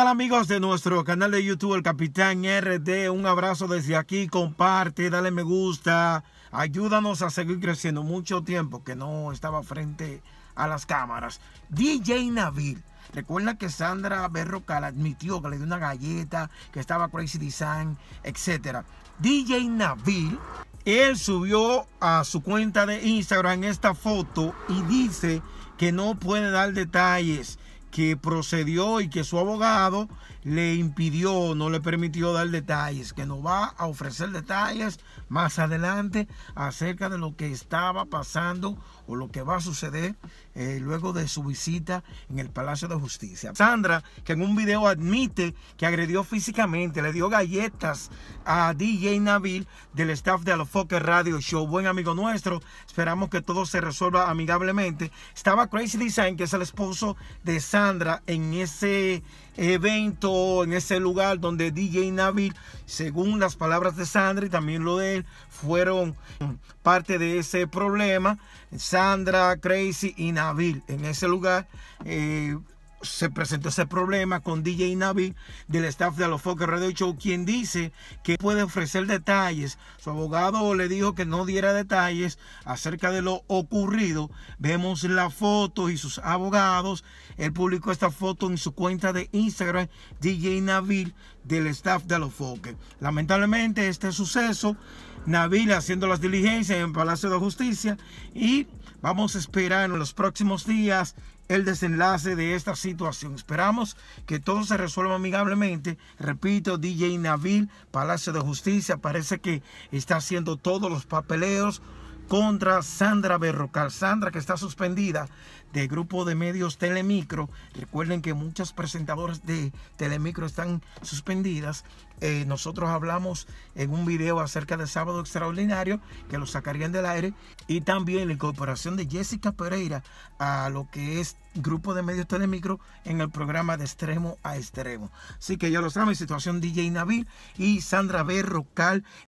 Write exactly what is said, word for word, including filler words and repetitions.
amigos de nuestro canal de YouTube, el Capitán R D? Un abrazo desde aquí, comparte, dale me gusta, ayúdanos a seguir creciendo. Mucho tiempo que no estaba frente a las cámaras. D J Nabil, recuerda que Sandra Berrocal admitió que le dio una galleta, que estaba Crazy Design, etcétera. D J Nabil, él subió a su cuenta de Instagram esta foto y dice que no puede dar detalles, que procedió y que su abogado le impidió, no le permitió dar detalles, que nos va a ofrecer detalles más adelante acerca de lo que estaba pasando o lo que va a suceder eh, luego de su visita en el Palacio de Justicia. Sandra, que en un video admite que agredió físicamente, le dio galletas a D J Nabil del staff de Alofoque Radio Show, buen amigo nuestro. Esperamos que todo se resuelva amigablemente. Estaba Crazy Design, que es el esposo de Sandra, en ese evento, en ese lugar donde D J Nabil, según las palabras de Sandra y también lo de él, fueron parte de ese problema. Sandra, Crazy y Nabil en ese lugar eh, se presentó ese problema con D J Nabil del staff de Alofoque Radio Show, quien dice que puede ofrecer detalles. Su abogado le dijo que no diera detalles acerca de lo ocurrido. Vemos la foto y sus abogados. Él publicó esta foto en su cuenta de Instagram, D J Nabil del staff de Alofoque. Lamentablemente este suceso, Nabil haciendo las diligencias en el Palacio de Justicia, y vamos a esperar en los próximos días el desenlace de esta situación. Esperamos que todo se resuelva amigablemente. Repito, D J Nabil, Palacio de Justicia, parece que está haciendo todos los papeleos contra Sandra Berrocal. Sandra, que está suspendida del grupo de medios Telemicro. Recuerden que muchas presentadoras de Telemicro están suspendidas. Eh, nosotros hablamos en un video acerca del Sábado Extraordinario, que lo sacarían del aire, y también la incorporación de Jessica Pereira a lo que es grupo de medios Telemicro en el programa de Extremo a Extremo. Así que ya lo saben, situación D J Nabil y Sandra Berrocal